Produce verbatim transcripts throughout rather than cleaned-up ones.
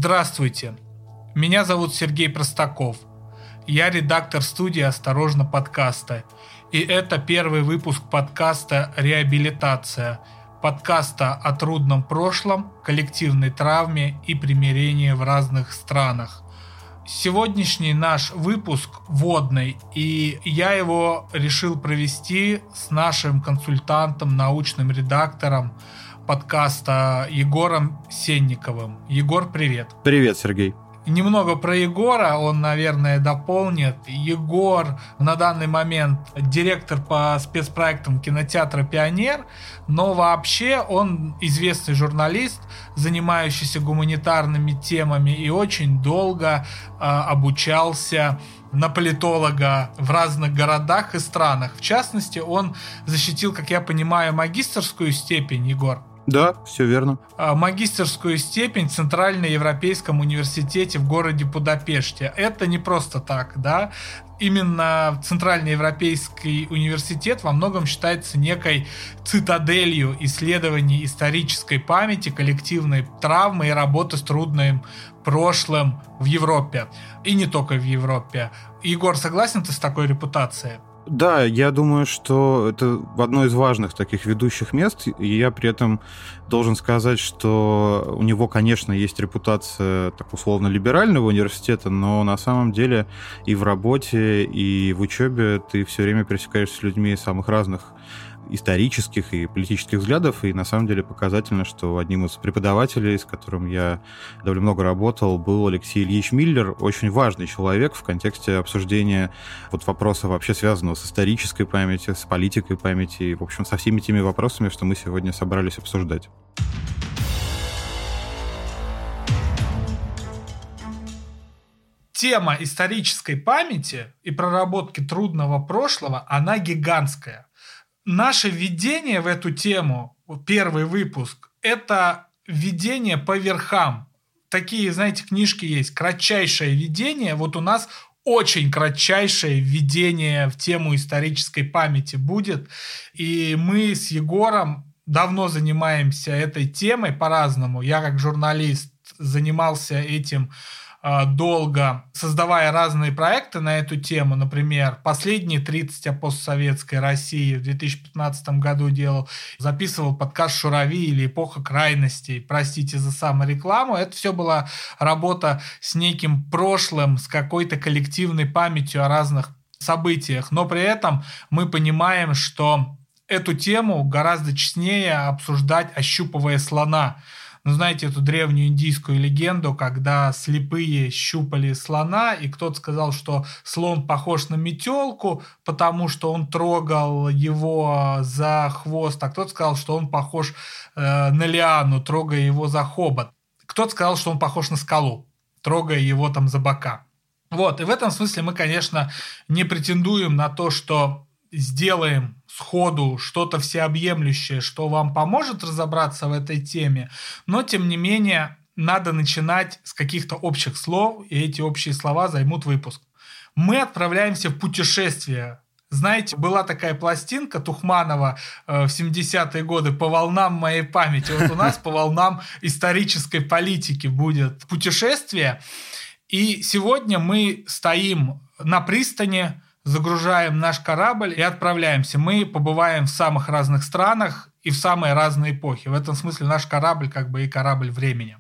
Здравствуйте, меня зовут Сергей Простаков. Я редактор студии «Осторожно, подкаста». И это первый выпуск подкаста «Реабилитация», подкаста о трудном прошлом, коллективной травме и примирении в разных странах. Сегодняшний наш выпуск вводный, и я его решил провести с нашим консультантом, научным редактором подкаста Егором Сенниковым. Егор, привет. Привет, Сергей. Немного про Егора, он, наверное, дополнит. Егор на данный момент директор по спецпроектам кинотеатра «Пионер», но вообще он известный журналист, занимающийся гуманитарными темами и очень долго э, обучался на политолога в разных городах и странах. В частности, он защитил, как я понимаю, магистерскую степень, Егор. Да, все верно. Магистерскую степень в Центральноевропейском университете в городе Будапеште. Это не просто так, да. Именно Центральноевропейский университет во многом считается некой цитаделью исследований исторической памяти, коллективной травмы и работы с трудным прошлым в Европе. И не только в Европе. Егор, согласен ты с такой репутацией? Да, я думаю, что это одно из важных таких ведущих мест, и я при этом должен сказать, что у него, конечно, есть репутация так условно-либерального университета, но на самом деле и в работе, и в учебе ты все время пересекаешься с людьми самых разных исторических и политических взглядов, и на самом деле показательно, что одним из преподавателей, с которым я довольно много работал, был Алексей Ильич Миллер, очень важный человек в контексте обсуждения вот вопроса вообще связанного с исторической памятью, с политикой памяти, и, в общем, со всеми теми вопросами, что мы сегодня собрались обсуждать. Тема исторической памяти и проработки трудного прошлого, она гигантская. Наше введение в эту тему, первый выпуск, это введение по верхам. Такие, знаете, книжки есть. Кратчайшее введение. Вот у нас очень кратчайшее введение в тему исторической памяти будет. И мы с Егором давно занимаемся этой темой по-разному. Я как журналист занимался этим долго, создавая разные проекты на эту тему. Например, последние тридцать о постсоветской России в две тысячи пятнадцатом году делал, записывал подкаст «Шурави» или «Эпоха крайностей». Простите за саморекламу. Это все была работа с неким прошлым, с какой-то коллективной памятью о разных событиях. Но при этом мы понимаем, что эту тему гораздо честнее обсуждать, ощупывая слона. Ну, знаете эту древнюю индийскую легенду, когда слепые щупали слона, и кто-то сказал, что слон похож на метелку, потому что он трогал его за хвост, а кто-то сказал, что он похож э, на лиану, трогая его за хобот. Кто-то сказал, что он похож на скалу, трогая его там за бока. Вот, и в этом смысле мы, конечно, не претендуем на то, что сделаем сходу что-то всеобъемлющее, что вам поможет разобраться в этой теме, но, тем не менее, надо начинать с каких-то общих слов, и эти общие слова займут выпуск. Мы отправляемся в путешествие. Знаете, была такая пластинка Тухманова э, в семидесятые годы «По волнам моей памяти». Вот у нас по волнам исторической политики будет путешествие. И сегодня мы стоим на пристани, загружаем наш корабль и отправляемся. Мы побываем в самых разных странах и в самые разные эпохи. В этом смысле наш корабль как бы и корабль времени.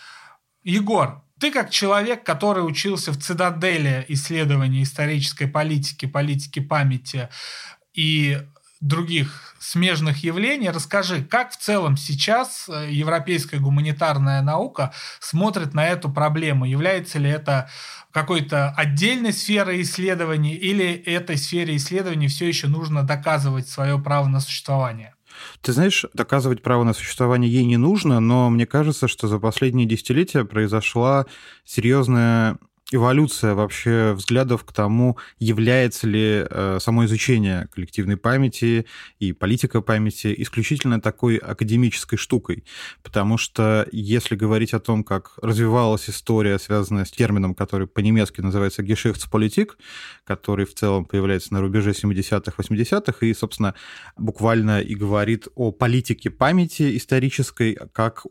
Егор, ты как человек, который учился в цитадели исследований исторической политики, политики памяти и других смежных явлений, расскажи, как в целом сейчас европейская гуманитарная наука смотрит на эту проблему? Является ли это какой-то отдельной сферой исследований, или этой сфере исследований все еще нужно доказывать свое право на существование? Ты знаешь, доказывать право на существование ей не нужно, но мне кажется, что за последние десятилетия произошла серьезная эволюция вообще взглядов к тому, является ли э, само изучение коллективной памяти и политика памяти исключительно такой академической штукой. Потому что если говорить о том, как развивалась история, связанная с термином, который по-немецки называется «Geschichtspolitik», который в целом появляется на рубеже семидесятых, восьмидесятых, и, собственно, буквально и говорит о политике памяти исторической, как о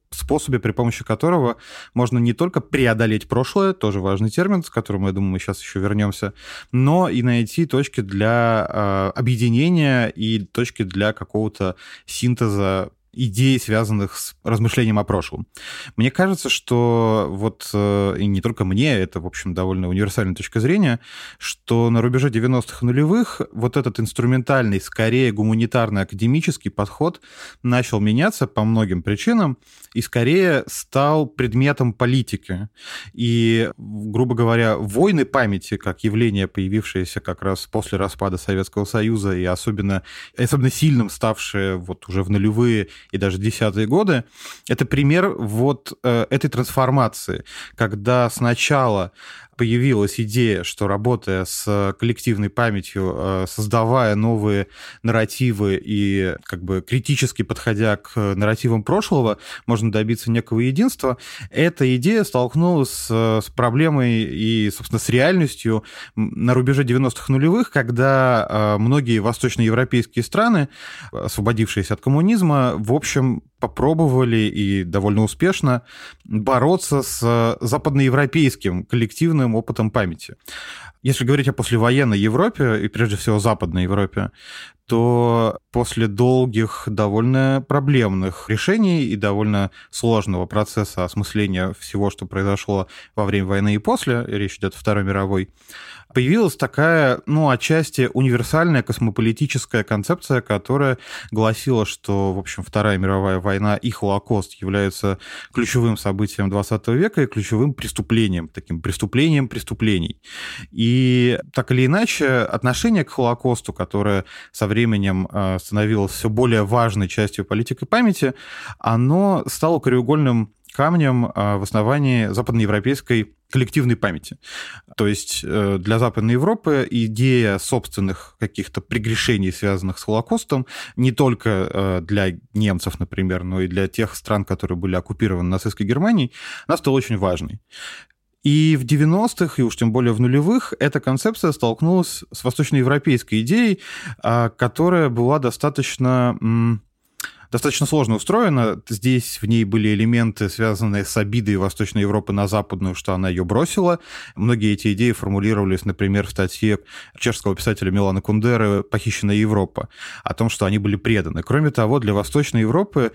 способе, при помощи которого можно не только преодолеть прошлое, тоже важный термин, с которым, я думаю, мы сейчас еще вернемся, но и найти точки для э, объединения и точки для какого-то синтеза идей, связанных с размышлением о прошлом. Мне кажется, что вот, и не только мне, это, в общем, довольно универсальная точка зрения, что на рубеже девяностых и нулевых вот этот инструментальный, скорее гуманитарно-академический подход начал меняться по многим причинам и скорее стал предметом политики. И, грубо говоря, войны памяти, как явление, появившееся как раз после распада Советского Союза и особенно, особенно сильным ставшее вот уже в нулевые и даже десятые годы, это пример вот э, этой трансформации, когда сначала появилась идея, что, работая с коллективной памятью, э, создавая новые нарративы и как бы критически подходя к нарративам прошлого, можно добиться некого единства. Эта идея столкнулась с, с проблемой и, собственно, с реальностью на рубеже девяностых нулевых, когда э, многие восточноевропейские страны, освободившиеся от коммунизма, в общем, попробовали и довольно успешно бороться с западноевропейским коллективным опытом памяти. Если говорить о послевоенной Европе, и прежде всего Западной Европе, то после долгих, довольно проблемных решений и довольно сложного процесса осмысления всего, что произошло во время войны и после, речь идет о Второй мировой, появилась такая, ну, отчасти универсальная космополитическая концепция, которая гласила, что, в общем, Вторая мировая война и Холокост являются ключевым событием двадцатого века и ключевым преступлением, таким преступлением преступлений. И так или иначе, отношение к Холокосту, которое со временем становилось все более важной частью политики памяти, оно стало краеугольным камнем в основании западноевропейской коллективной памяти. То есть для Западной Европы идея собственных каких-то прегрешений, связанных с Холокостом, не только для немцев, например, но и для тех стран, которые были оккупированы нацистской Германией, она стала очень важной. И в девяностых, и уж тем более в нулевых, эта концепция столкнулась с восточноевропейской идеей, которая была достаточно... достаточно сложно устроена. Здесь в ней были элементы, связанные с обидой Восточной Европы на Западную, что она ее бросила. Многие эти идеи формулировались, например, в статье чешского писателя Милана Кундеры «Похищенная Европа», о том, что они были преданы. Кроме того, для Восточной Европы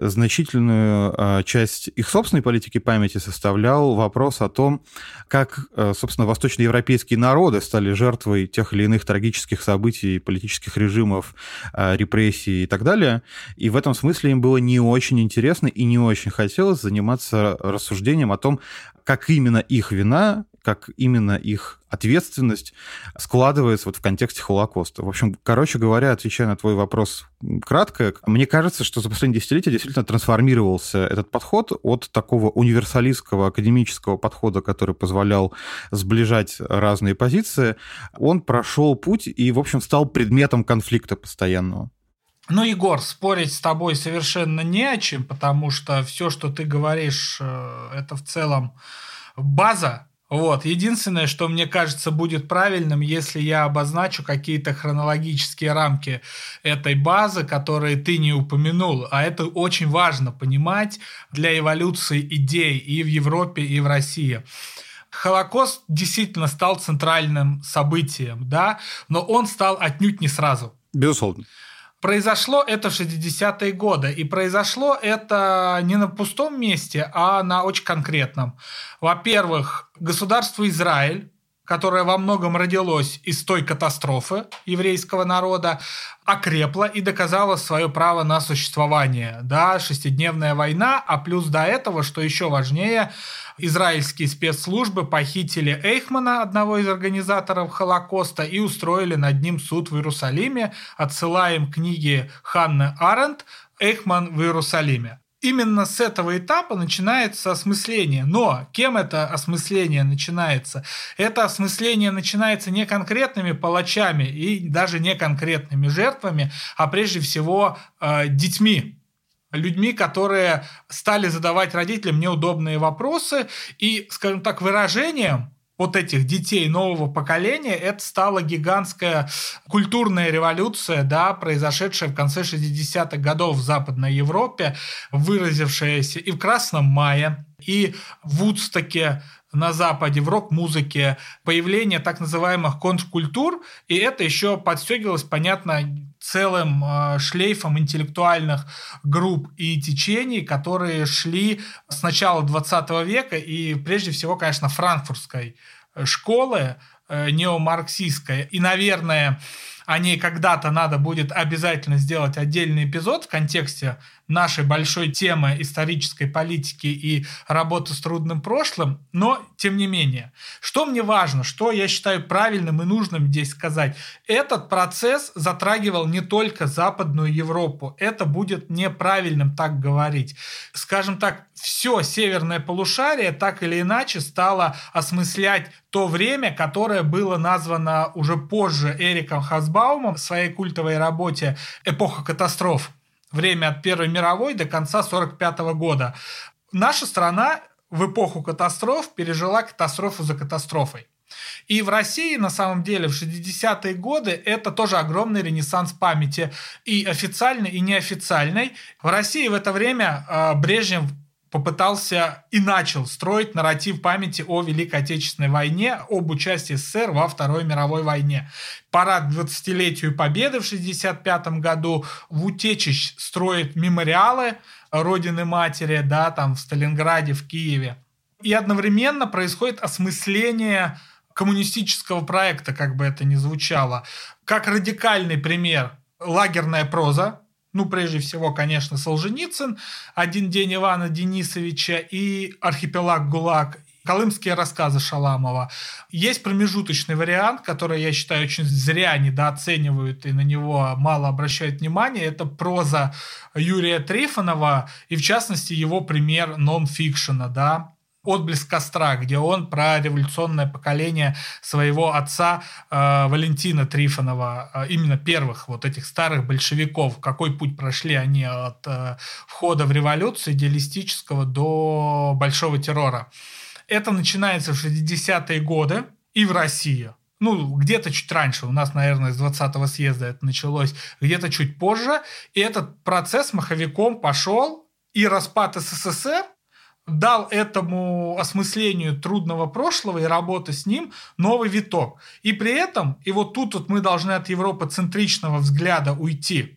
значительную часть их собственной политики памяти составлял вопрос о том, как, собственно, восточноевропейские народы стали жертвой тех или иных трагических событий, политических режимов, репрессий и так далее. И в В этом смысле им было не очень интересно и не очень хотелось заниматься рассуждением о том, как именно их вина, как именно их ответственность складывается вот в контексте Холокоста. В общем, короче говоря, отвечая на твой вопрос кратко, мне кажется, что за последние десятилетия действительно трансформировался этот подход от такого универсалистского академического подхода, который позволял сближать разные позиции. Он прошел путь и, в общем, стал предметом конфликта постоянного. Ну, Егор, спорить с тобой совершенно не о чем, потому что все, что ты говоришь, это в целом база. Вот. Единственное, что мне кажется будет правильным, если я обозначу какие-то хронологические рамки этой базы, которые ты не упомянул. А это очень важно понимать для эволюции идей и в Европе, и в России. Холокост действительно стал центральным событием, да, но он стал отнюдь не сразу. Безусловно. Произошло это в шестидесятые годы, и произошло это не на пустом месте, а на очень конкретном. Во-первых, государство Израиль, которое во многом родилось из той катастрофы еврейского народа, окрепло и доказало свое право на существование. Да, шестидневная война, а плюс до этого, что еще важнее, израильские спецслужбы похитили Эйхмана, одного из организаторов Холокоста, и устроили над ним суд в Иерусалиме. Отсылаем книги Ханны Аренд «Эйхман в Иерусалиме». Именно с этого этапа начинается осмысление. Но кем это осмысление начинается? Это осмысление начинается не конкретными палачами и даже не конкретными жертвами, а прежде всего э, детьми. Людьми, которые стали задавать родителям неудобные вопросы и, скажем так, выражением вот этих детей нового поколения, это стала гигантская культурная революция, да, произошедшая в конце шестидесятых годов в Западной Европе, выразившаяся и в Красном мае, и в Вудстоке на Западе, в рок-музыке, появление так называемых контркультур, и это еще подстегивалось, понятно, целым э, шлейфом интеллектуальных групп и течений, которые шли с начала двадцатого века, и прежде всего, конечно, франкфуртской школы, э, неомарксистской. И, наверное, о ней когда-то надо будет обязательно сделать отдельный эпизод в контексте нашей большой темы исторической политики и работы с трудным прошлым, но тем не менее. Что мне важно, что я считаю правильным и нужным здесь сказать, этот процесс затрагивал не только Западную Европу, это будет неправильным так говорить. Скажем так, все северное полушарие так или иначе стало осмыслять то время, которое было названо уже позже Эриком Хобсбаумом в своей культовой работе «Эпоха катастроф». Время от Первой мировой до конца сорок пятого года. Наша страна в эпоху катастроф пережила катастрофу за катастрофой. И в России, на самом деле, в шестидесятые годы это тоже огромный ренессанс памяти, и официальной, и неофициальной. В России в это время э, Брежнев попытался и начал строить нарратив памяти о Великой Отечественной войне, об участии СССР во Второй мировой войне. Парад к двадцатилетию Победы в шестьдесят пятом году, Вутечич строит мемориалы Родины-Матери, да, там в Сталинграде, в Киеве. И одновременно происходит осмысление коммунистического проекта, как бы это ни звучало. Как радикальный пример лагерная проза, ну, прежде всего, конечно, Солженицын, «Один день Ивана Денисовича» и «Архипелаг ГУЛАГ», колымские рассказы Шаламова. Есть промежуточный вариант, который, я считаю, очень зря недооценивают и на него мало обращают внимание. Это проза Юрия Трифонова и, в частности, его пример нон-фикшена, да, «Отблеск костра», где он про революционное поколение своего отца э, Валентина Трифонова, э, именно первых вот этих старых большевиков, какой путь прошли они от э, входа в революцию идеалистического до большого террора. Это начинается в шестидесятые годы и в России. Ну, где-то чуть раньше, у нас, наверное, с двадцатого съезда это началось, где-то чуть позже. И этот процесс маховиком пошел, и распад СССР дал этому осмыслению трудного прошлого и работы с ним новый виток. И при этом, и вот тут вот мы должны от европоцентричного взгляда уйти,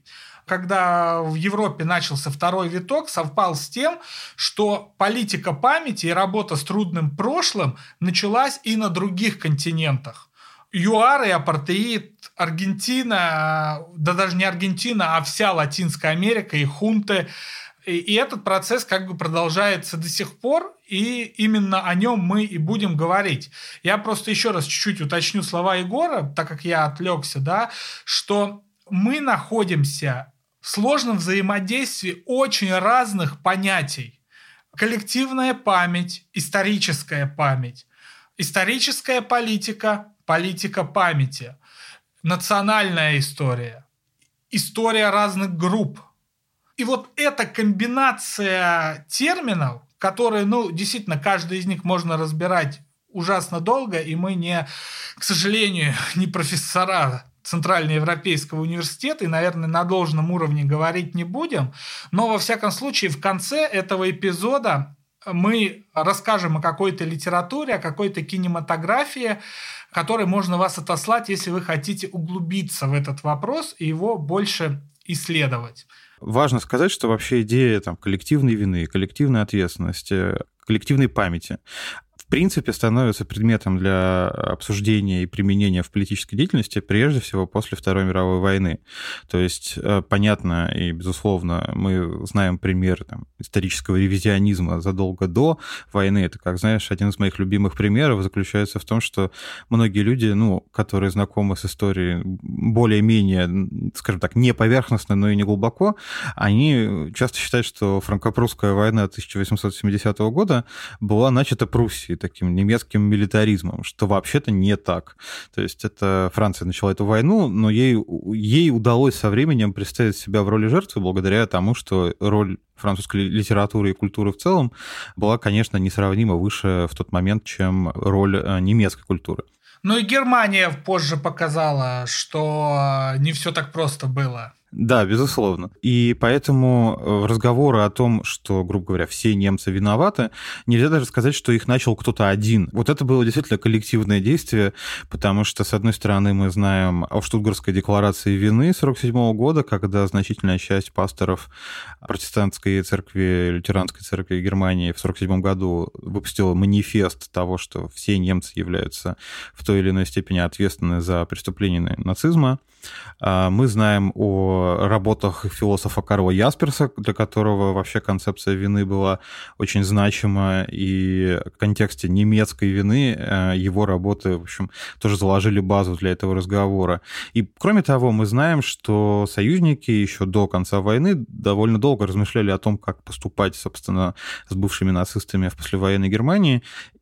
когда в Европе начался второй виток, совпал с тем, что политика памяти и работа с трудным прошлым началась и на других континентах. ЮАР и апартеид, Аргентина, да даже не Аргентина, а вся Латинская Америка и хунты. И этот процесс как бы продолжается до сих пор, и именно о нем мы и будем говорить. Я просто еще раз чуть-чуть уточню слова Егора, так как я отвлекся, да, что мы находимся в сложном взаимодействии очень разных понятий. Коллективная память, историческая память, историческая политика, политика памяти, национальная история, история разных групп. И вот эта комбинация терминов, которые, ну, действительно, каждый из них можно разбирать ужасно долго, и мы не, к сожалению, не профессора Центральноевропейского университета, и, наверное, на должном уровне говорить не будем, но, во всяком случае, в конце этого эпизода мы расскажем о какой-то литературе, о какой-то кинематографии, которой можно вас отослать, если вы хотите углубиться в этот вопрос и его больше исследовать. Важно сказать, что вообще идея там, коллективной вины, коллективной ответственности, коллективной памяти в принципе становится предметом для обсуждения и применения в политической деятельности прежде всего после Второй мировой войны. То есть, понятно и, безусловно, мы знаем пример там, исторического ревизионизма задолго до войны. Это, как знаешь, один из моих любимых примеров заключается в том, что многие люди, ну, которые знакомы с историей более-менее, скажем так, не поверхностно, но и не глубоко, они часто считают, что франко-прусская война тысяча восемьсот семидесятого года была начата Пруссией. таким немецким милитаризмом, что вообще-то не так. То есть это Франция начала эту войну, но ей, ей удалось со временем представить себя в роли жертвы благодаря тому, что роль французской литературы и культуры в целом была, конечно, несравнимо выше в тот момент, чем роль немецкой культуры. Ну и Германия позже показала, что не все так просто было. Да, безусловно. И поэтому разговоры о том, что, грубо говоря, все немцы виноваты, нельзя даже сказать, что их начал кто-то один. Вот это было действительно коллективное действие, потому что, с одной стороны, мы знаем о Штутгарской декларации вины сорок седьмого года, когда значительная часть пасторов протестантской церкви, лютеранской церкви Германии в сорок седьмом году выпустила манифест того, что все немцы являются в той или иной степени ответственны за преступления нацизма. Мы знаем о работах философа Карла Ясперса, для которого вообще концепция вины была очень значима, и в контексте немецкой вины его работы, в общем, тоже заложили базу для этого разговора. И, кроме того, мы знаем, что союзники еще до конца войны довольно долго размышляли о том, как поступать, собственно, с бывшими нацистами в послевоенной Германии,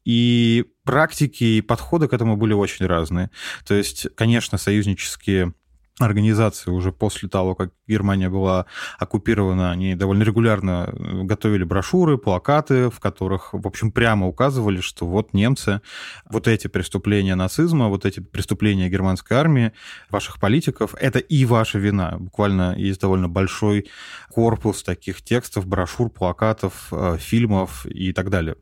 и практики и подходы к этому были очень разные. То есть, конечно, союзнические организации уже после того, как Германия была оккупирована, они довольно регулярно готовили брошюры, плакаты, в которых, в общем, прямо указывали, что вот немцы, вот эти преступления нацизма, вот эти преступления германской армии, ваших политиков, это и ваша вина. Буквально есть довольно большой корпус таких текстов, брошюр, плакатов, фильмов и так далее.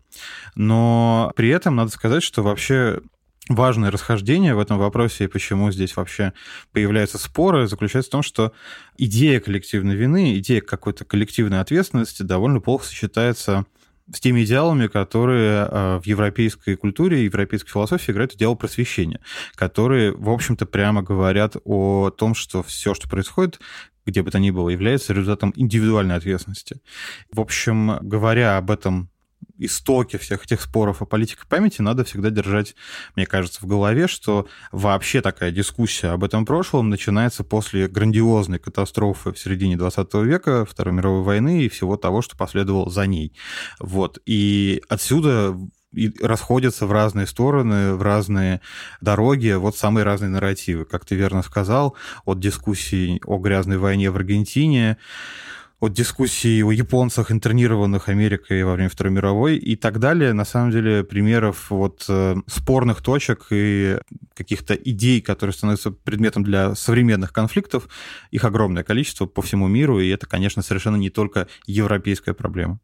Но при этом надо сказать, что вообще важное расхождение в этом вопросе, и почему здесь вообще появляются споры, заключается в том, что идея коллективной вины, идея какой-то коллективной ответственности довольно плохо сочетается с теми идеалами, которые в европейской культуре, европейской философии играют идеал просвещения, которые, в общем-то, прямо говорят о том, что все, что происходит, где бы то ни было, является результатом индивидуальной ответственности. В общем, говоря об этом истоки всех этих споров о политике памяти, надо всегда держать, мне кажется, в голове, что вообще такая дискуссия об этом прошлом начинается после грандиозной катастрофы в середине двадцатого века, Второй мировой войны и всего того, что последовало за ней. Вот. И отсюда и расходятся в разные стороны, в разные дороги, вот самые разные нарративы. Как ты верно сказал, от дискуссий о грязной войне в Аргентине, от дискуссий о японцах, интернированных Америкой во время Второй мировой и так далее. На самом деле примеров вот спорных точек и каких-то идей, которые становятся предметом для современных конфликтов, их огромное количество по всему миру, и это, конечно, совершенно не только европейская проблема.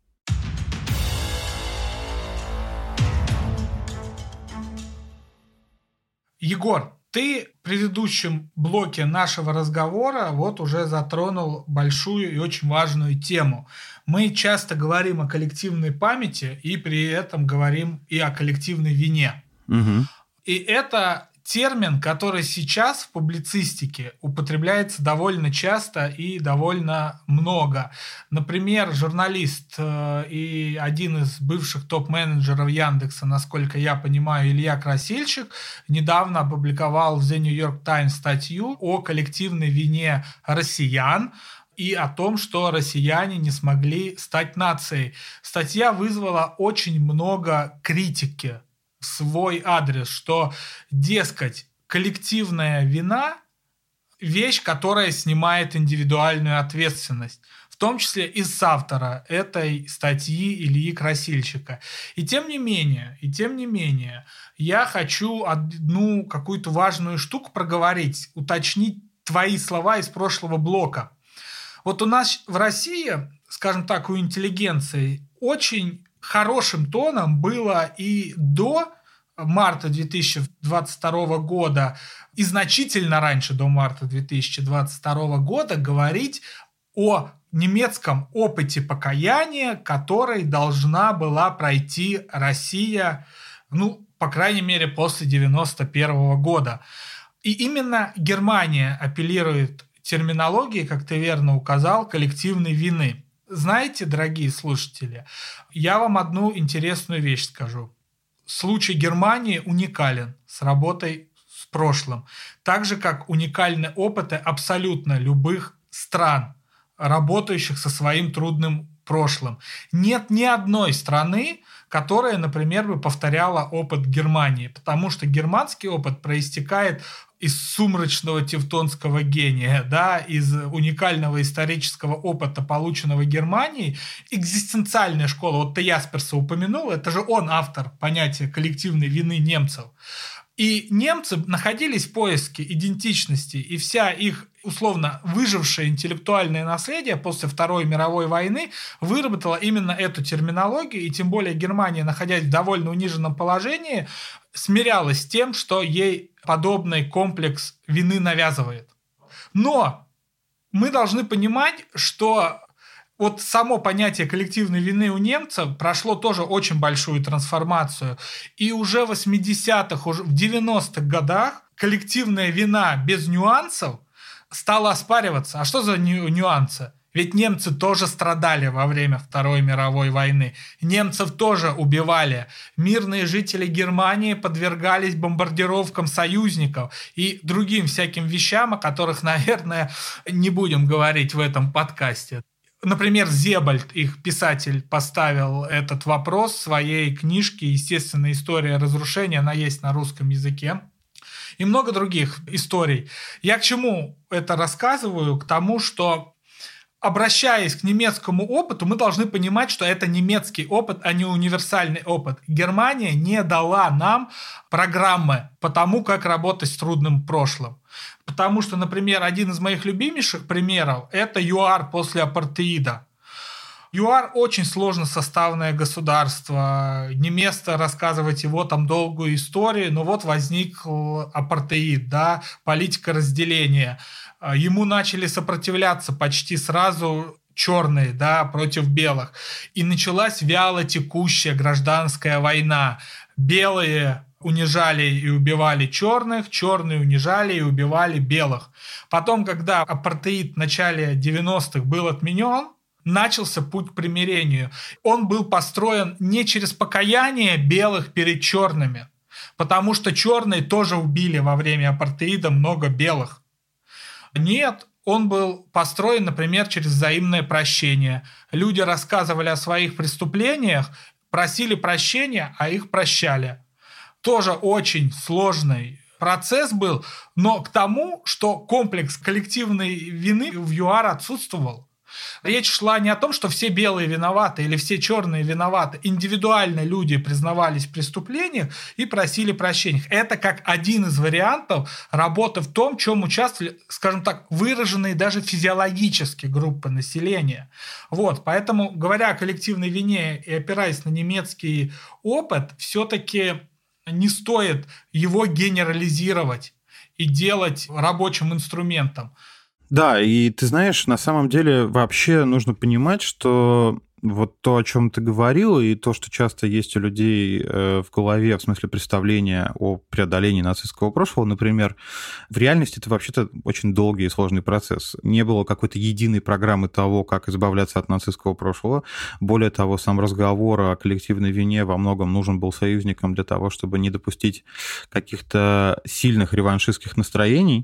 Егор, ты в предыдущем блоке нашего разговора вот уже затронул большую и очень важную тему. Мы часто говорим о коллективной памяти и при этом говорим и о коллективной вине. Угу. И это термин, который сейчас в публицистике употребляется довольно часто и довольно много. Например, журналист э, и один из бывших топ-менеджеров Яндекса, насколько я понимаю, Илья Красильщик, недавно опубликовал в The New York Times статью о коллективной вине россиян и о том, что россияне не смогли стать нацией. Статья вызвала очень много критики в свой адрес, что, дескать, коллективная вина – вещь, которая снимает индивидуальную ответственность, в том числе и с автора этой статьи Ильи Красильщика. И тем не менее, и тем не менее, я хочу одну какую-то важную штуку проговорить, уточнить твои слова из прошлого блока. Вот у нас в России, скажем так, у интеллигенции очень хорошим тоном было и до марта две тысячи двадцать второго года, и значительно раньше, до марта две тысячи двадцать второго года, говорить о немецком опыте покаяния, который должна была пройти Россия, ну, по крайней мере, после девяносто первого года. И именно Германия апеллирует терминологии, как ты верно указал, коллективной вины. Знаете, дорогие слушатели, я вам одну интересную вещь скажу. Случай Германии уникален с работой с прошлым. Так же, как уникальны опыты абсолютно любых стран, работающих со своим трудным прошлым. Нет ни одной страны, которая, например, бы повторяла опыт Германии, потому что германский опыт проистекает из сумрачного тевтонского гения, да, из уникального исторического опыта, полученного Германией. Экзистенциальная школа, вот ты Ясперса упомянул, это же он автор понятия коллективной вины немцев. И немцы находились в поиске идентичности, и вся их условно выжившее интеллектуальное наследие после Второй мировой войны выработало именно эту терминологию, и тем более Германия, находясь в довольно униженном положении, смирялась с тем, что ей подобный комплекс вины навязывает. Но мы должны понимать, что вот само понятие коллективной вины у немцев прошло тоже очень большую трансформацию. И уже в восьмидесятых, уже в девяностых годах коллективная вина без нюансов стала оспариваться. А что за ню- нюансы? Ведь немцы тоже страдали во время Второй мировой войны. Немцев тоже убивали. Мирные жители Германии подвергались бомбардировкам союзников и другим всяким вещам, о которых, наверное, не будем говорить в этом подкасте. Например, Зебальд, их писатель, поставил этот вопрос в своей книжке «Естественная история разрушения», она есть на русском языке, и много других историй. Я к чему это рассказываю? К тому, что, обращаясь к немецкому опыту, мы должны понимать, что это немецкий опыт, а не универсальный опыт. Германия не дала нам программы по тому, как работать с трудным прошлым. Потому что, например, один из моих любимейших примеров – это ЮАР после апартеида. ЮАР очень сложно составное государство, не место рассказывать его там долгую историю, но вот возник апартеид, да, политика разделения. Ему начали сопротивляться почти сразу черные, да, против белых. И началась вяло текущая гражданская война. Белые унижали и убивали черных, черные унижали и убивали белых. Потом, когда апартеид в начале девяностых был отменен, начался путь к примирению. Он был построен не через покаяние белых перед черными, потому что черные тоже убили во время апартеида много белых. Нет, он был построен, например, через взаимное прощение. Люди рассказывали о своих преступлениях, просили прощения, а их прощали. Тоже очень сложный процесс был, но к тому, что комплекс коллективной вины в ЮАР отсутствовал. Речь шла не о том, что все белые виноваты или все черные виноваты. Индивидуально люди признавались в преступлениях и просили прощения. Это как один из вариантов работы в том, в чем участвовали, скажем так, выраженные даже физиологически группы населения. Вот, поэтому, говоря о коллективной вине и опираясь на немецкий опыт, все-таки не стоит его генерализировать и делать рабочим инструментом. Да, и ты знаешь, на самом деле вообще нужно понимать, что вот то, о чем ты говорил, и то, что часто есть у людей в голове, в смысле представления о преодолении нацистского прошлого, например, в реальности это вообще-то очень долгий и сложный процесс. Не было какой-то единой программы того, как избавляться от нацистского прошлого. Более того, сам разговор о коллективной вине во многом нужен был союзникам для того, чтобы не допустить каких-то сильных реваншистских настроений.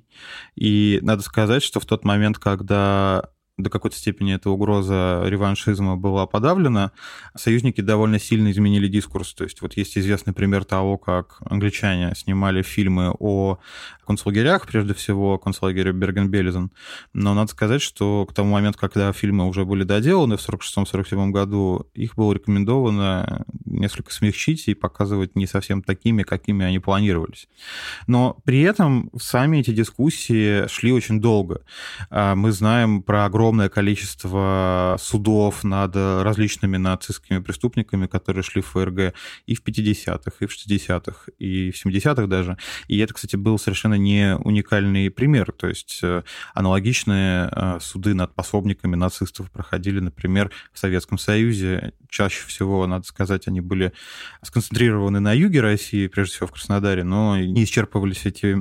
И надо сказать, что в тот момент, когда до какой-то степени эта угроза реваншизма была подавлена, союзники довольно сильно изменили дискурс. То есть вот есть известный пример того, как англичане снимали фильмы о концлагерях, прежде всего концлагере Берген-Белезен. Но надо сказать, что к тому моменту, когда фильмы уже были доделаны в сорок шестом — сорок седьмом году, их было рекомендовано несколько смягчить и показывать не совсем такими, какими они планировались. Но при этом сами эти дискуссии шли очень долго. Мы знаем про огромное огромное количество судов над различными нацистскими преступниками, которые шли в ФРГ и в пятидесятых, и в шестидесятых, и в семидесятых даже. И это, кстати, был совершенно не уникальный пример. То есть аналогичные суды над пособниками нацистов проходили, например, в Советском Союзе. Чаще всего, надо сказать, они были сконцентрированы на юге России, прежде всего в Краснодаре, но не исчерпывались эти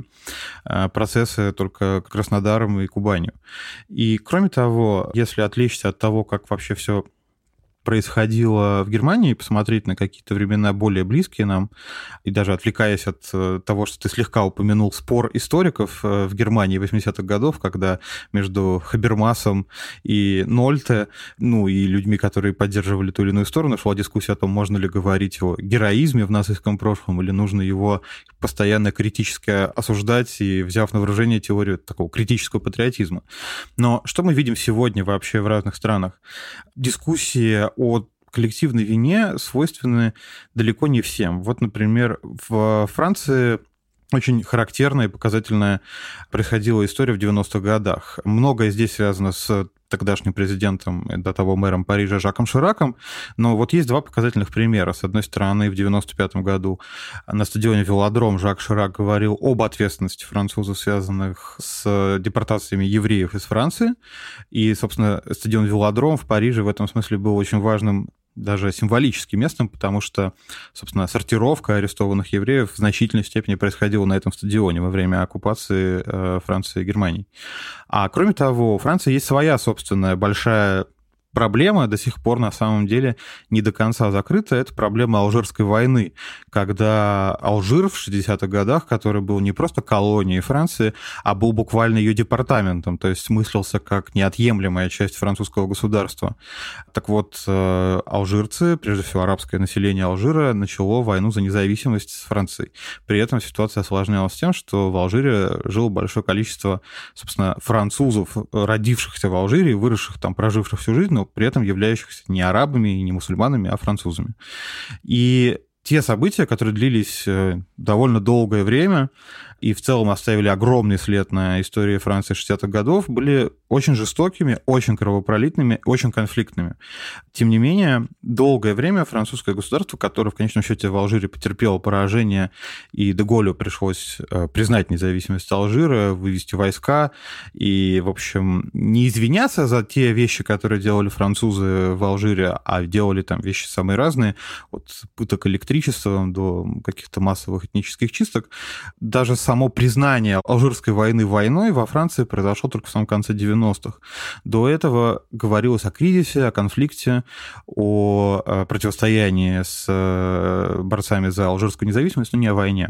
процессы только Краснодаром и Кубанью. И, кроме того, если отвлечься от того, как вообще все происходило в Германии, посмотреть на какие-то времена более близкие нам, и даже отвлекаясь от того, что ты слегка упомянул спор историков в Германии восьмидесятых годов, когда между Хабермасом и Нольте, ну и людьми, которые поддерживали ту или иную сторону, шла дискуссия о том, можно ли говорить о героизме в нацистском прошлом, или нужно его постоянно критически осуждать, и взяв на вооружение теорию такого критического патриотизма. Но что мы видим сегодня вообще в разных странах? Дискуссии о коллективной вине свойственны далеко не всем. Вот, например, в Франции очень характерная и показательная происходила история в девяностых годах. Многое здесь связано с тогдашним президентом, до того мэром Парижа Жаком Шираком, но вот есть два показательных примера. С одной стороны, в девяносто пятом году на стадионе «Велодром» Жак Ширак говорил об ответственности французов, связанных с депортациями евреев из Франции, и, собственно, стадион «Велодром» в Париже в этом смысле был очень важным, даже символическим местом, потому что, собственно, сортировка арестованных евреев в значительной степени происходила на этом стадионе во время оккупации э, Франции и Германии. А кроме того, у Франции есть своя собственная большая проблема, до сих пор на самом деле не до конца закрыта. Это проблема Алжирской войны, когда Алжир в шестидесятых годах, который был не просто колонией Франции, а был буквально ее департаментом, то есть смыслился как неотъемлемая часть французского государства. Так вот, алжирцы, прежде всего арабское население Алжира, начало войну за независимость с Францией. При этом ситуация осложнялась тем, что в Алжире жило большое количество, собственно, французов, родившихся в Алжире, выросших там, проживших всю жизнь, но при этом являющихся не арабами и не мусульманами, а французами. И те события, которые длились довольно долгое время и в целом оставили огромный след на истории Франции шестидесятых годов, были очень жестокими, очень кровопролитными, очень конфликтными. Тем не менее, долгое время французское государство, которое в конечном счете в Алжире потерпело поражение, и де Голлю пришлось признать независимость Алжира, вывести войска и, в общем, не извиняться за те вещи, которые делали французы в Алжире, а делали там вещи самые разные, от пыток электричеством до каких-то массовых этнических чисток. Даже само признание Алжирской войны войной во Франции произошло только в самом конце девяностых. До этого говорилось о кризисе, о конфликте, о противостоянии с борцами за алжирскую независимость, но не о войне.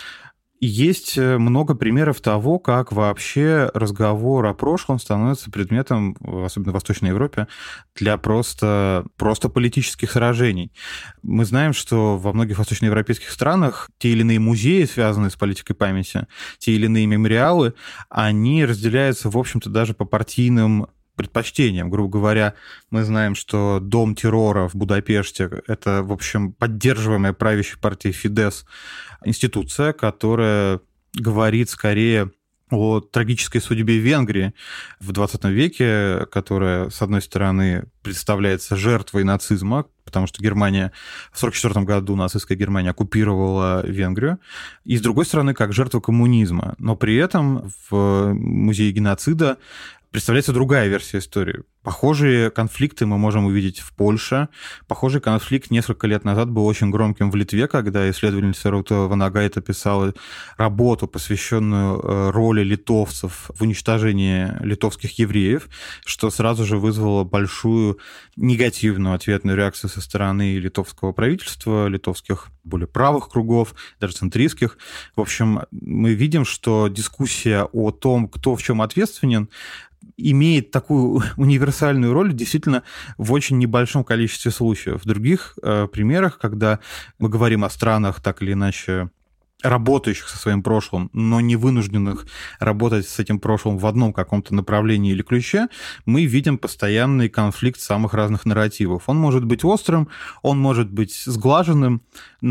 И есть много примеров того, как вообще разговор о прошлом становится предметом, особенно в Восточной Европе, для просто, просто политических сражений. Мы знаем, что во многих восточноевропейских странах те или иные музеи, связанные с политикой памяти, те или иные мемориалы, они разделяются, в общем-то, даже по партийным предпочтениям. Грубо говоря, мы знаем, что Дом террора в Будапеште — это, в общем, поддерживаемая правящей партией Фидес институция, которая говорит скорее о трагической судьбе Венгрии в двадцатом веке, которая, с одной стороны, представляется жертвой нацизма, потому что Германия в сорок четвёртом году, нацистская Германия, оккупировала Венгрию, и, с другой стороны, как жертва коммунизма. Но при этом в музее геноцида представляется другая версия истории. Похожие конфликты мы можем увидеть в Польше. Похожий конфликт несколько лет назад был очень громким в Литве, когда исследовательница Рута Ванагайта писала работу, посвященную роли литовцев в уничтожении литовских евреев, что сразу же вызвало большую негативную ответную реакцию со стороны литовского правительства, литовских более правых кругов, даже центристских. В общем, мы видим, что дискуссия о том, кто в чем ответственен, имеет такую универсальную роль действительно в очень небольшом количестве случаев. В других э, примерах, когда мы говорим о странах так или иначе работающих со своим прошлым, но не вынужденных работать с этим прошлым в одном каком-то направлении или ключе, мы видим постоянный конфликт самых разных нарративов. Он может быть острым, он может быть сглаженным,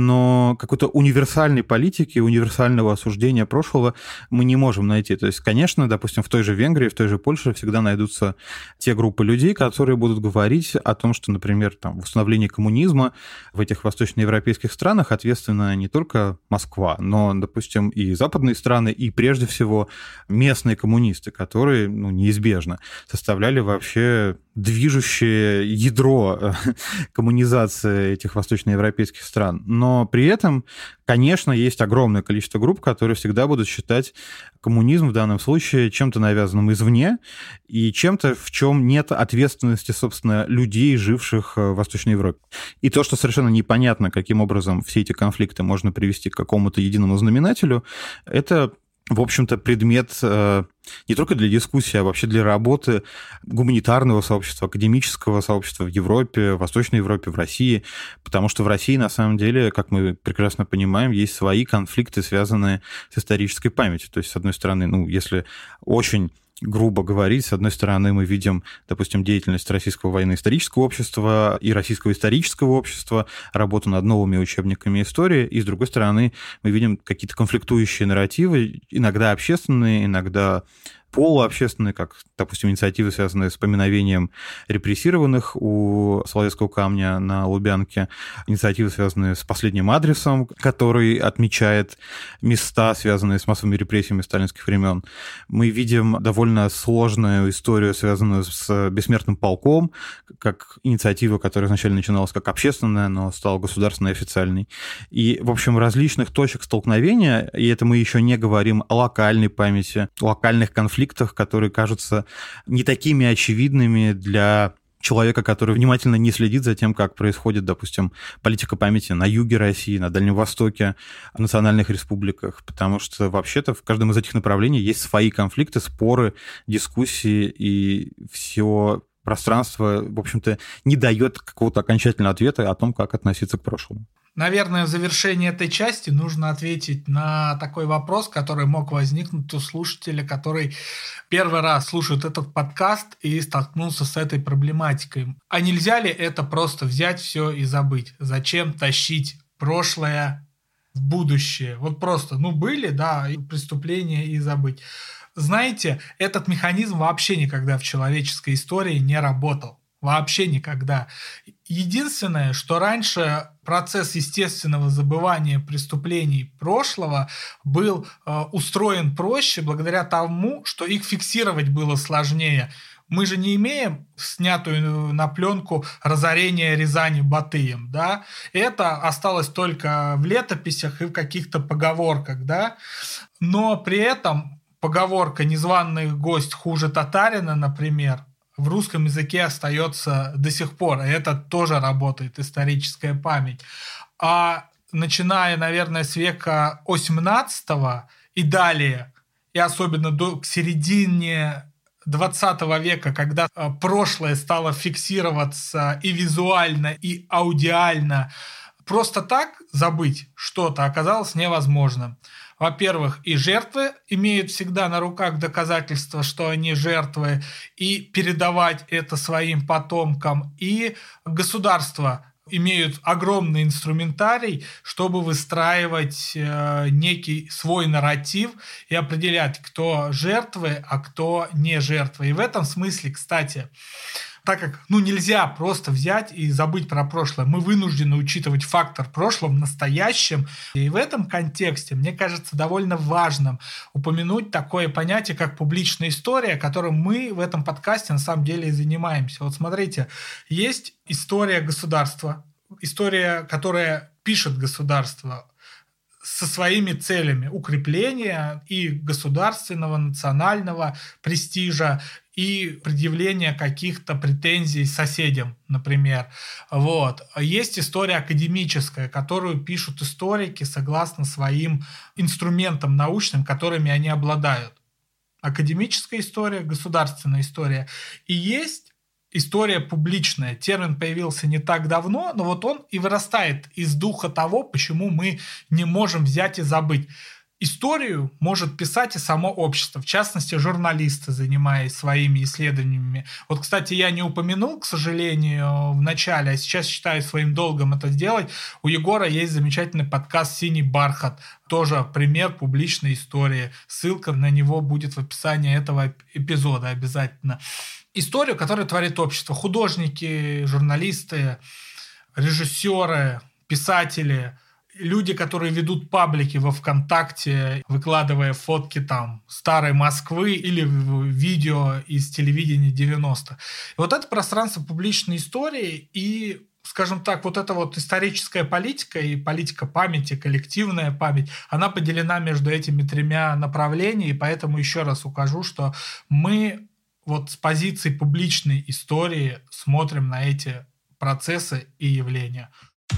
но какой-то универсальной политики, универсального осуждения прошлого мы не можем найти. То есть, конечно, допустим, в той же Венгрии, в той же Польше всегда найдутся те группы людей, которые будут говорить о том, что, например, там, в установлении коммунизма в этих восточноевропейских странах ответственна не только Москва, но, допустим, и западные страны, и прежде всего местные коммунисты, которые, ну, неизбежно составляли вообще движущее ядро коммунизации этих восточноевропейских стран. Но при этом Конечно, есть огромное количество групп, которые всегда будут считать коммунизм в данном случае чем-то навязанным извне и чем-то, в чем нет ответственности, собственно, людей, живших в Восточной Европе. И то, что совершенно непонятно, каким образом все эти конфликты можно привести к какому-то единому знаменателю, это, в общем-то, предмет э, не только для дискуссии, а вообще для работы гуманитарного сообщества, академического сообщества в Европе, в Восточной Европе, в России, потому что в России, на самом деле, как мы прекрасно понимаем, есть свои конфликты, связанные с исторической памятью. То есть, с одной стороны, ну, если очень грубо говорить, с одной стороны, мы видим, допустим, деятельность Российского военно-исторического общества и Российского исторического общества, работу над новыми учебниками истории, и, с другой стороны, мы видим какие-то конфликтующие нарративы, иногда общественные, иногда полуобщественные, как, допустим, инициативы, связанные с поминовением репрессированных у Соловецкого камня на Лубянке, инициативы, связанные с последним адресом, который отмечает места, связанные с массовыми репрессиями сталинских времен. Мы видим довольно сложную историю, связанную с бессмертным полком, как инициатива, которая изначально начиналась как общественная, но стала государственной и официальной. И, в общем, различных точек столкновения, и это мы еще не говорим о локальной памяти, локальных конфликтах, которые кажутся не такими очевидными для человека, который внимательно не следит за тем, как происходит, допустим, политика памяти на юге России, на Дальнем Востоке, в национальных республиках, потому что вообще-то в каждом из этих направлений есть свои конфликты, споры, дискуссии, и все пространство, в общем-то, не дает какого-то окончательного ответа о том, как относиться к прошлому. Наверное, в завершении этой части нужно ответить на такой вопрос, который мог возникнуть у слушателя, который первый раз слушает этот подкаст и столкнулся с этой проблематикой. А нельзя ли это просто взять все и забыть? Зачем тащить прошлое в будущее? Вот просто, ну, были, да, преступления и забыть. Знаете, этот механизм вообще никогда в человеческой истории не работал. Вообще никогда. Единственное, что раньше процесс естественного забывания преступлений прошлого был э, устроен проще благодаря тому, что их фиксировать было сложнее. Мы же не имеем снятую на пленку разорение Рязани Батыем, да? Это осталось только в летописях и в каких-то поговорках, да? Но при этом поговорка «незваный гость хуже татарина», например, в русском языке остается до сих пор, и это тоже работает, историческая память. А начиная, наверное, с века восемнадцатого и далее, и особенно до, к середине двадцатого века, когда прошлое стало фиксироваться и визуально, и аудиально, просто так забыть что-то оказалось невозможным. Во-первых, и жертвы имеют всегда на руках доказательства, что они жертвы, и передавать это своим потомкам, и государства имеют огромный инструментарий, чтобы выстраивать э, некий свой нарратив и определять, кто жертвы, а кто не жертвы. И в этом смысле, кстати, так как ну, нельзя просто взять и забыть про прошлое, мы вынуждены учитывать фактор прошлого, настоящем. И в этом контексте, мне кажется, довольно важным упомянуть такое понятие, как публичная история, которым мы в этом подкасте на самом деле и занимаемся. Вот смотрите, есть история государства, история, которая пишет государство, со своими целями укрепления и государственного, национального престижа, и предъявление каких-то претензий соседям, например. Вот. Есть история академическая, которую пишут историки согласно своим инструментам научным, которыми они обладают. Академическая история, государственная история. И есть история публичная. Термин появился не так давно, но вот он и вырастает из духа того, почему мы не можем взять и забыть. Историю может писать и само общество, в частности, журналисты, занимаясь своими исследованиями. Вот, кстати, я не упомянул, к сожалению, в начале, а сейчас считаю своим долгом это сделать. У Егора есть замечательный подкаст «Синий бархат», тоже пример публичной истории. Ссылка на него будет в описании этого эпизода обязательно. Историю, которую творит общество. Художники, журналисты, режиссеры, писатели – люди, которые ведут паблики во ВКонтакте, выкладывая фотки там старой Москвы или видео из телевидения девяностых. И вот это пространство публичной истории, и скажем так, вот эта вот историческая политика и политика памяти, коллективная память, она поделена между этими тремя направлениями, и поэтому еще раз укажу, что мы вот с позиции публичной истории смотрим на эти процессы и явления.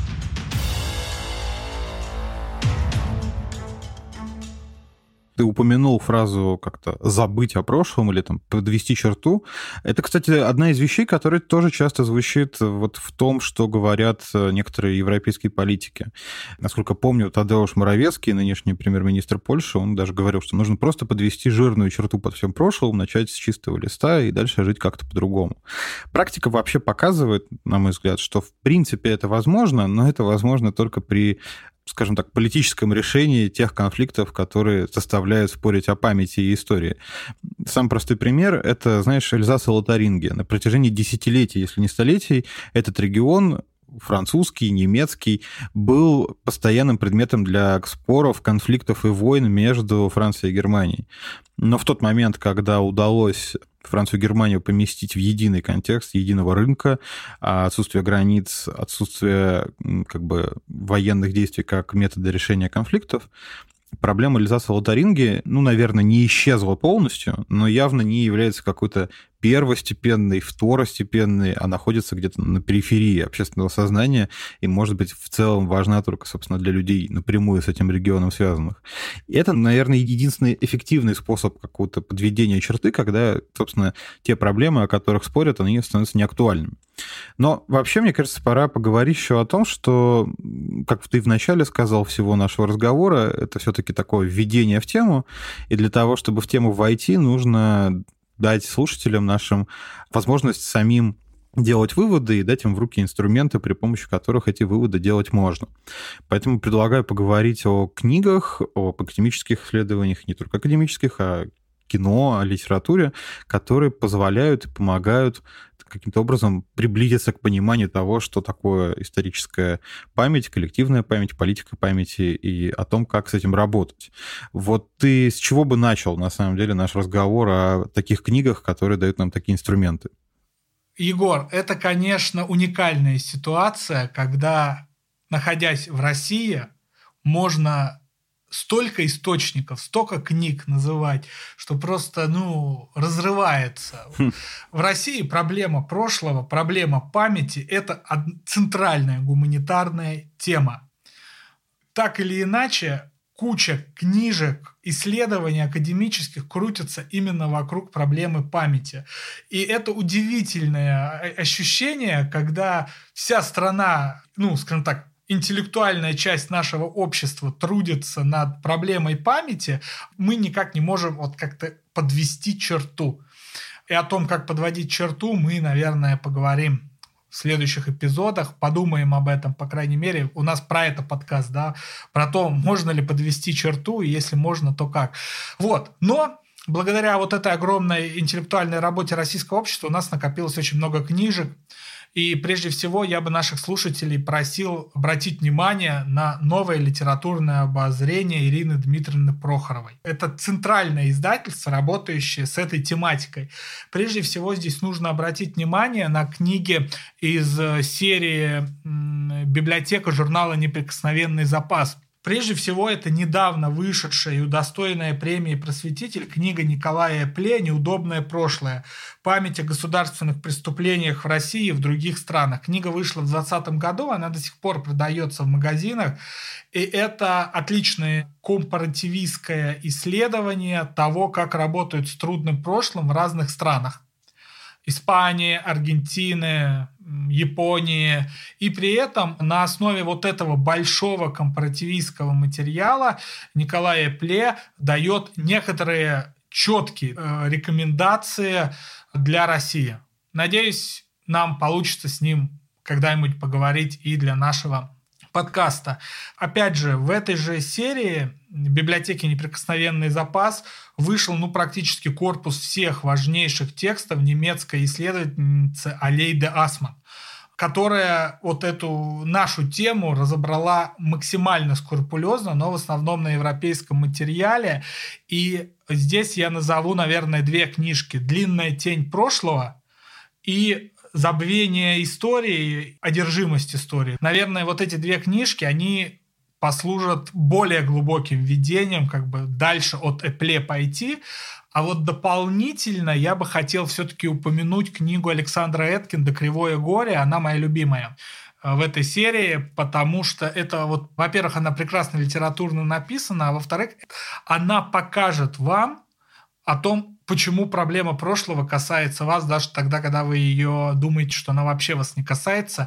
Ты упомянул фразу как-то «забыть о прошлом» или там «подвести черту». Это, кстати, одна из вещей, которая тоже часто звучит вот в том, что говорят некоторые европейские политики. Насколько помню, Тадеуш Моровецкий, нынешний премьер-министр Польши, он даже говорил, что нужно просто подвести жирную черту под всем прошлым, начать с чистого листа и дальше жить как-то по-другому. Практика вообще показывает, на мой взгляд, что в принципе это возможно, но это возможно только при, скажем так, политическом решении тех конфликтов, которые заставляют спорить о памяти и истории. Самый простой пример — это, знаешь, Эльзас и Лотарингия. На протяжении десятилетий, если не столетий, этот регион, французский, немецкий, был постоянным предметом для споров, конфликтов и войн между Францией и Германией. Но в тот момент, когда удалось Францию и Германию поместить в единый контекст единого рынка, отсутствие границ, отсутствие как бы военных действий как метода решения конфликтов, проблема Эльзаса и Лотарингии, ну, наверное, не исчезла полностью, но явно не является какой-то первостепенной, второстепенной, а находится где-то на периферии общественного сознания и, может быть, в целом важна только, собственно, для людей, напрямую с этим регионом связанных. И это, наверное, единственный эффективный способ какого-то подведения черты, когда, собственно, те проблемы, о которых спорят, они становятся неактуальными. Но вообще, мне кажется, пора поговорить еще о том, что, как ты вначале сказал всего нашего разговора, это все-таки такое введение в тему, и для того, чтобы в тему войти, нужно дать слушателям нашим возможность самим делать выводы и дать им в руки инструменты, при помощи которых эти выводы делать можно. Поэтому предлагаю поговорить о книгах, об академических исследованиях, не только академических, а кино, о литературе, которые позволяют и помогают каким-то образом приблизиться к пониманию того, что такое историческая память, коллективная память, политика памяти и о том, как с этим работать. Вот ты с чего бы начал, на самом деле, наш разговор о таких книгах, которые дают нам такие инструменты? Егор, это, конечно, уникальная ситуация, когда, находясь в России, можно столько источников, столько книг называть, что просто, ну, разрывается. Хм. В России проблема прошлого, проблема памяти – это центральная гуманитарная тема. Так или иначе, куча книжек, исследований академических крутятся именно вокруг проблемы памяти. И это удивительное ощущение, когда вся страна, ну, скажем так, интеллектуальная часть нашего общества трудится над проблемой памяти, мы никак не можем вот как-то подвести черту. И о том, как подводить черту, мы, наверное, поговорим в следующих эпизодах, подумаем об этом, по крайней мере. У нас про это подкаст, да, про то, можно ли подвести черту, и если можно, то как. Вот, но благодаря вот этой огромной интеллектуальной работе российского общества у нас накопилось очень много книжек. И прежде всего я бы наших слушателей просил обратить внимание на новое литературное обозрение Ирины Дмитриевны Прохоровой. Это центральное издательство, работающее с этой тематикой. Прежде всего здесь нужно обратить внимание на книги из серии «Библиотека» журнала «Неприкосновенный запас». Прежде всего, это недавно вышедшая и удостоенная премии «Просветитель» книга Николая Эпле «Неудобное прошлое. Память о государственных преступлениях в России и в других странах». Книга вышла в двадцатом году, она до сих пор продается в магазинах. И это отличное компаративистское исследование того, как работают с трудным прошлым в разных странах. Испании, Аргентины, Японии. И при этом на основе вот этого большого компаративистского материала Николай Эпле дает некоторые четкие э, рекомендации для России. Надеюсь, нам получится с ним когда-нибудь поговорить и для нашего подкаста. Опять же, в этой же серии библиотеки «Неприкосновенный запас» вышел ну, практически корпус всех важнейших текстов немецкой исследовательницы Алейды Асман, которая вот эту нашу тему разобрала максимально скрупулезно, но в основном на европейском материале. И здесь я назову, наверное, две книжки: «Длинная тень прошлого» и забвение истории, одержимость историей. Наверное, вот эти две книжки, они послужат более глубоким введением, как бы дальше от Эпле пойти. А вот дополнительно я бы хотел все-таки упомянуть книгу Александра Эткинда «Кривое горе». Она моя любимая в этой серии, потому что это вот, во-первых, она прекрасно литературно написана, а во-вторых, она покажет вам о том, почему проблема прошлого касается вас даже тогда, когда вы ее думаете, что она вообще вас не касается.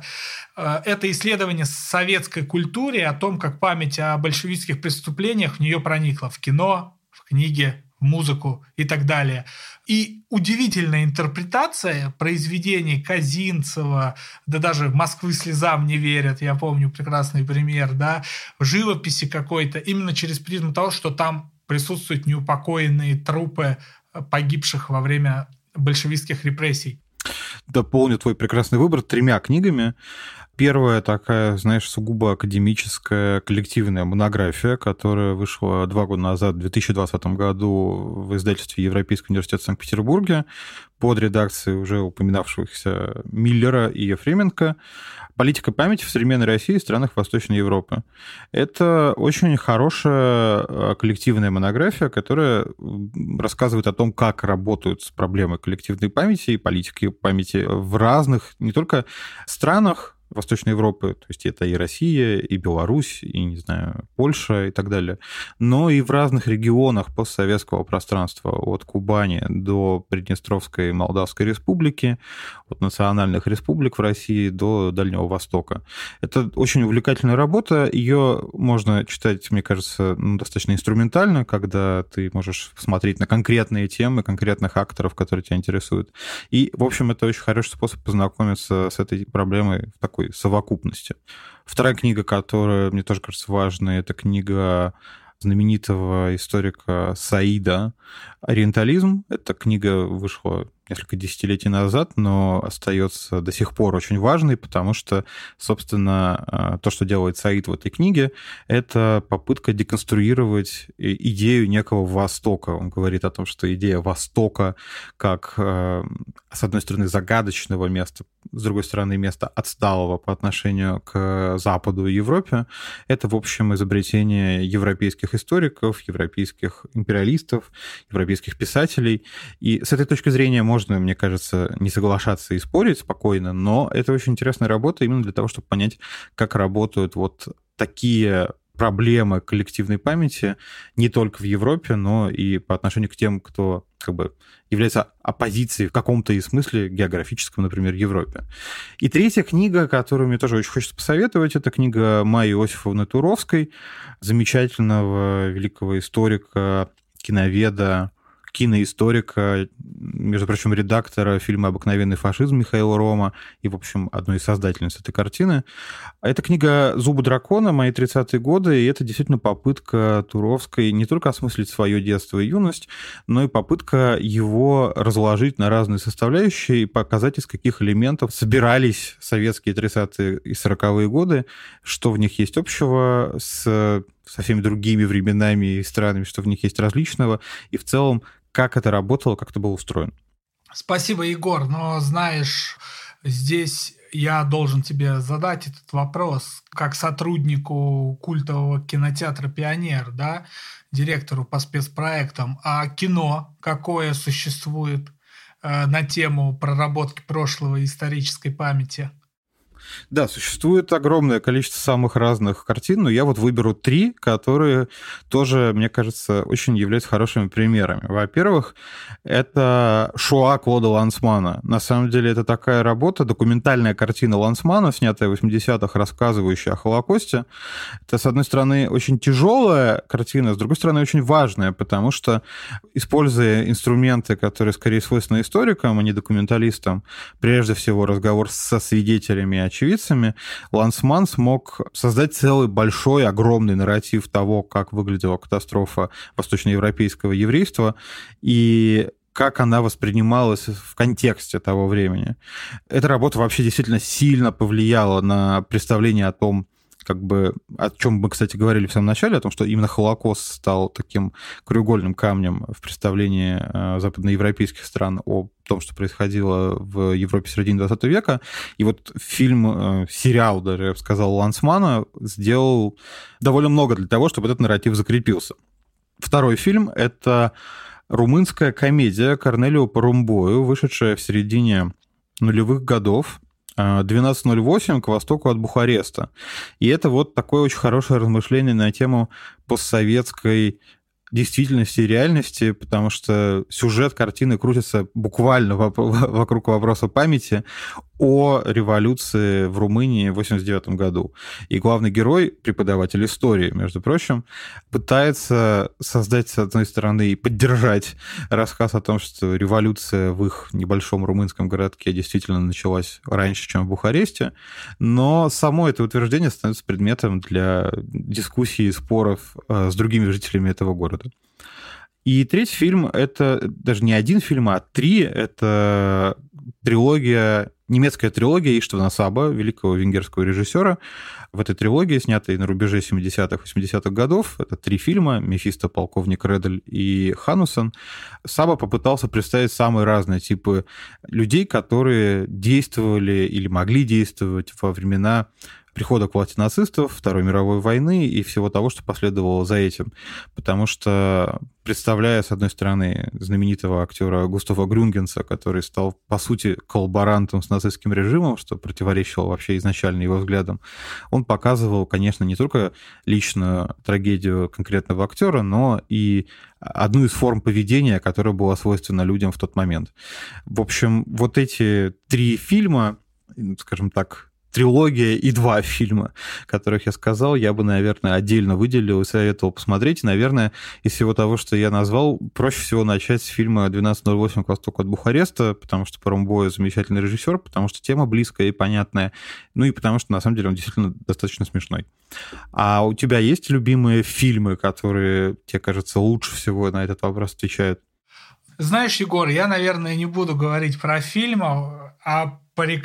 Это исследование советской культуре, о том, как память о большевистских преступлениях в нее проникла в кино, в книге, в музыку и так далее. И удивительная интерпретация произведений Казинцева, да даже «Москвы слезам не верят», я помню прекрасный пример, да, в живописи какой-то, именно через призму того, что там присутствуют неупокоенные трупы погибших во время большевистских репрессий. Дополню твой прекрасный выбор тремя книгами. Первая такая, знаешь, сугубо академическая коллективная монография, которая вышла два года назад, в две тысячи двадцатом году, в издательстве Европейского университета в Санкт-Петербурге под редакцией уже упоминавшихся Миллера и Ефременко «Политика памяти в современной России и странах Восточной Европы». Это очень хорошая коллективная монография, которая рассказывает о том, как работают с проблемой коллективной памяти и политики памяти в разных, не только странах Восточной Европы, то есть это и Россия, и Беларусь, и, не знаю, Польша и так далее, но и в разных регионах постсоветского пространства, от Кубани до Приднестровской и Молдавской республики, от национальных республик в России до Дальнего Востока. Это очень увлекательная работа, ее можно читать, мне кажется, ну, достаточно инструментально, когда ты можешь смотреть на конкретные темы, конкретных акторов, которые тебя интересуют. И, в общем, это очень хороший способ познакомиться с этой проблемой в такой совокупности. Вторая книга, которая мне тоже кажется важной, это книга знаменитого историка Саида «Ориентализм». Эта книга вышла несколько десятилетий назад, но остается до сих пор очень важной, потому что, собственно, то, что делает Саид в этой книге, это попытка деконструировать идею некого Востока. Он говорит о том, что идея Востока как, с одной стороны, загадочного места, с другой стороны, места отсталого по отношению к Западу и Европе, это, в общем, изобретение европейских историков, европейских империалистов, европейских писателей. И с этой точки зрения можно, мне кажется, не соглашаться и спорить спокойно, но это очень интересная работа именно для того, чтобы понять, как работают вот такие проблемы коллективной памяти не только в Европе, но и по отношению к тем, кто как бы является оппозицией в каком-то и смысле географическом, например, Европе. И третья книга, которую мне тоже очень хочется посоветовать, это книга Майи Иосифовны Туровской, замечательного великого историка, киноведа, киноисторика, между прочим, редактора фильма «Обыкновенный фашизм» Михаила Рома и, в общем, одной из создательниц этой картины. Эта книга «Зубы дракона. Мои тридцатые годы», и это действительно попытка Туровской не только осмыслить свое детство и юность, но и попытка его разложить на разные составляющие и показать, из каких элементов собирались советские тридцатые и сороковые годы, что в них есть общего с со всеми другими временами и странами, что в них есть различного, и в целом, как это работало, как это было устроено. Спасибо, Егор, но знаешь, здесь я должен тебе задать этот вопрос, как сотруднику культового кинотеатра «Пионер», да, директору по спецпроектам, а кино какое существует э, на тему проработки прошлого и исторической памяти? Да, существует огромное количество самых разных картин, но я вот выберу три, которые тоже, мне кажется, очень являются хорошими примерами. Во-первых, это «Шоа» Клода Лансмана. На самом деле это такая работа, документальная картина Лансмана, снятая в восьмидесятых, рассказывающая о Холокосте. Это, с одной стороны, очень тяжелая картина, с другой стороны, очень важная, потому что, используя инструменты, которые скорее свойственны историкам, а не документалистам, прежде всего разговор со свидетелями, очевидцами, Лансман смог создать целый большой, огромный нарратив того, как выглядела катастрофа восточноевропейского еврейства и как она воспринималась в контексте того времени. Эта работа вообще действительно сильно повлияла на представление о том, как бы, о чем мы, кстати, говорили в самом начале, о том, что именно Холокост стал таким краеугольным камнем в представлении э, западноевропейских стран о том, что происходило в Европе в середине двадцатого века. И вот фильм, э, сериал даже, я бы сказал, Лансмана сделал довольно много для того, чтобы этот нарратив закрепился. Второй фильм — это румынская комедия Корнелио Порумбою, вышедшая в середине нулевых годов, двенадцать ноль восемь «К востоку от Бухареста». И это вот такое очень хорошее размышление на тему постсоветской действительности и реальности, потому что сюжет картины крутится буквально вокруг вопроса памяти о революции в Румынии в восемьдесят девятом году. И главный герой, преподаватель истории, между прочим, пытается создать, с одной стороны, и поддержать рассказ о том, что революция в их небольшом румынском городке действительно началась раньше, чем в Бухаресте, но само это утверждение становится предметом для дискуссий и споров с другими жителями этого города. И третий фильм — это даже не один фильм, а три. Это трилогия, немецкая трилогия Иштвана Саба, великого венгерского режиссера. В этой трилогии, снятой на рубеже семидесятых-восьмидесятых годов, это три фильма: «Мефисто», «Полковник Редель» и «Ханусон». Саба попытался представить самые разные типы людей, которые действовали или могли действовать во времена прихода к власти нацистов, Второй мировой войны и всего того, что последовало за этим. Потому что, представляя, с одной стороны, знаменитого актера Густава Грюнгенса, который стал, по сути, коллаборантом с нацистским режимом, что противоречило вообще изначально его взглядам, он показывал, конечно, не только личную трагедию конкретного актера, но и одну из форм поведения, которая была свойственна людям в тот момент. В общем, вот эти три фильма, скажем так, трилогия и два фильма, которых я сказал, я бы, наверное, отдельно выделил и советовал посмотреть. Наверное, из всего того, что я назвал, проще всего начать с фильма двенадцать ноль восемь «К востоку от Бухареста», потому что Порумбою замечательный режиссер, потому что тема близкая и понятная, ну и потому что, на самом деле, он действительно достаточно смешной. А у тебя есть любимые фильмы, которые тебе, кажется, лучше всего на этот вопрос отвечают? Знаешь, Егор, я, наверное, не буду говорить про фильм, а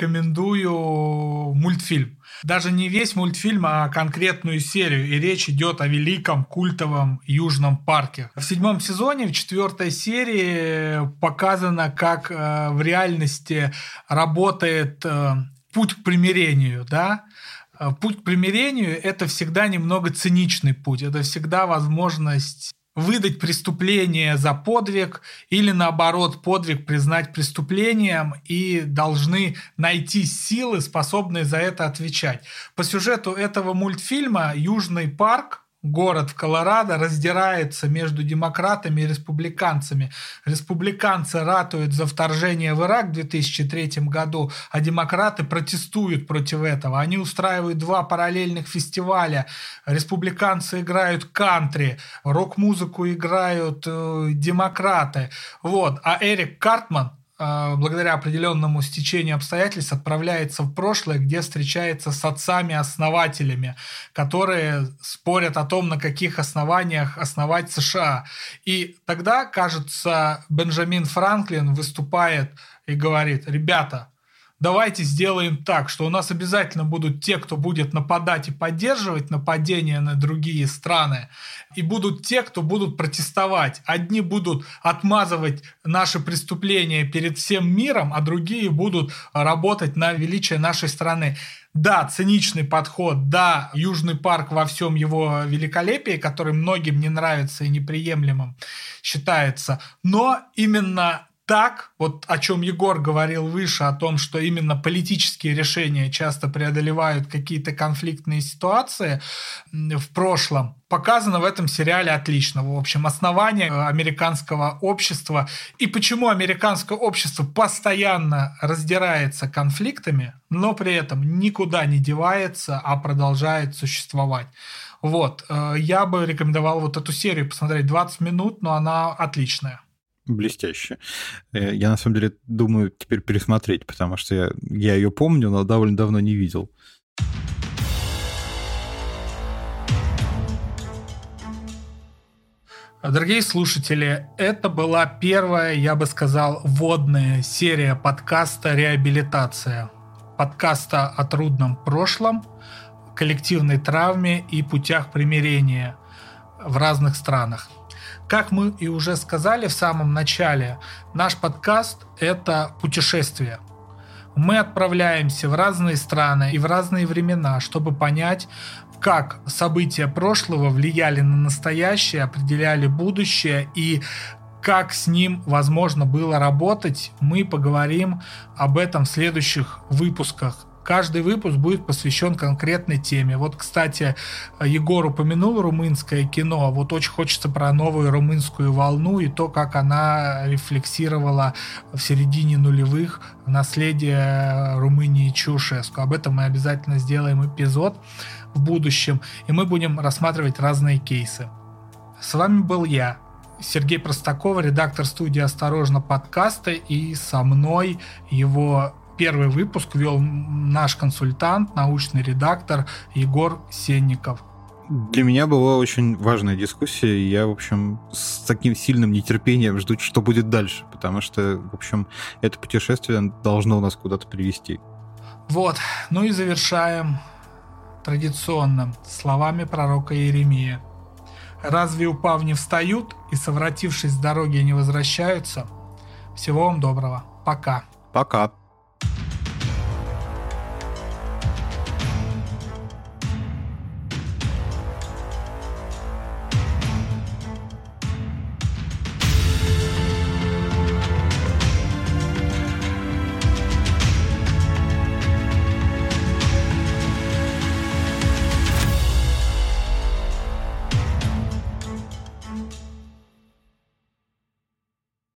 порекомендую мультфильм. Даже не весь мультфильм, а конкретную серию. И речь идет о великом культовом Южном парке. В седьмом сезоне, в четвертой серии показано, как э, в реальности работает э, путь к примирению, да? Путь к примирению – это всегда немного циничный путь. Это всегда возможность выдать преступление за подвиг или, наоборот, подвиг признать преступлением, и должны найти силы, способные за это отвечать. По сюжету этого мультфильма Южный парк, город в Колорадо, раздирается между демократами и республиканцами. Республиканцы ратуют за вторжение в Ирак в две тысячи третьем году, а демократы протестуют против этого. Они устраивают два параллельных фестиваля. Республиканцы играют кантри, рок-музыку играют э, демократы. Вот. А Эрик Картман, благодаря определенному стечению обстоятельств, отправляется в прошлое, где встречается с отцами-основателями, которые спорят о том, на каких основаниях основать США. И тогда, кажется, Бенджамин Франклин выступает и говорит: ребята, давайте сделаем так, что у нас обязательно будут те, кто будет нападать и поддерживать нападения на другие страны, и будут те, кто будут протестовать. Одни будут отмазывать наши преступления перед всем миром, а другие будут работать на величие нашей страны. Да, циничный подход, да, Южный парк во всем его великолепии, который многим не нравится и неприемлемым считается, но именно так, вот о чем Егор говорил выше, о том, что именно политические решения часто преодолевают какие-то конфликтные ситуации в прошлом, показано в этом сериале отлично. В общем, основание американского общества и почему американское общество постоянно раздирается конфликтами, но при этом никуда не девается, а продолжает существовать. Вот, я бы рекомендовал вот эту серию посмотреть, двадцать минут, но она отличная. Блестяще. Я, на самом деле, думаю теперь пересмотреть, потому что я, я ее помню, но довольно давно не видел. Дорогие слушатели, это была первая, я бы сказал, вводная серия подкаста «Реабилитация». Подкаста о трудном прошлом, коллективной травме и путях примирения в разных странах. Как мы и уже сказали в самом начале, наш подкаст – это путешествие. Мы отправляемся в разные страны и в разные времена, чтобы понять, как события прошлого влияли на настоящее, определяли будущее и как с ним возможно было работать. Мы поговорим об этом в следующих выпусках. Каждый выпуск будет посвящен конкретной теме. Вот, кстати, Егор упомянул румынское кино. Вот очень хочется про новую румынскую волну и то, как она рефлексировала в середине нулевых наследие Румынии Чаушеску. Об этом мы обязательно сделаем эпизод в будущем. И мы будем рассматривать разные кейсы. С вами был я, Сергей Простаков, редактор студии «Осторожно, подкасты». И со мной его первый выпуск вел наш консультант, научный редактор Егор Сенников. Для меня была очень важная дискуссия, и я, в общем, с таким сильным нетерпением жду, что будет дальше, потому что, в общем, это путешествие должно нас куда-то привести. Вот, ну и завершаем традиционно словами пророка Иеремии. «Разве упав не встают и, совратившись с дороги, не возвращаются? Всего вам доброго. Пока». Пока.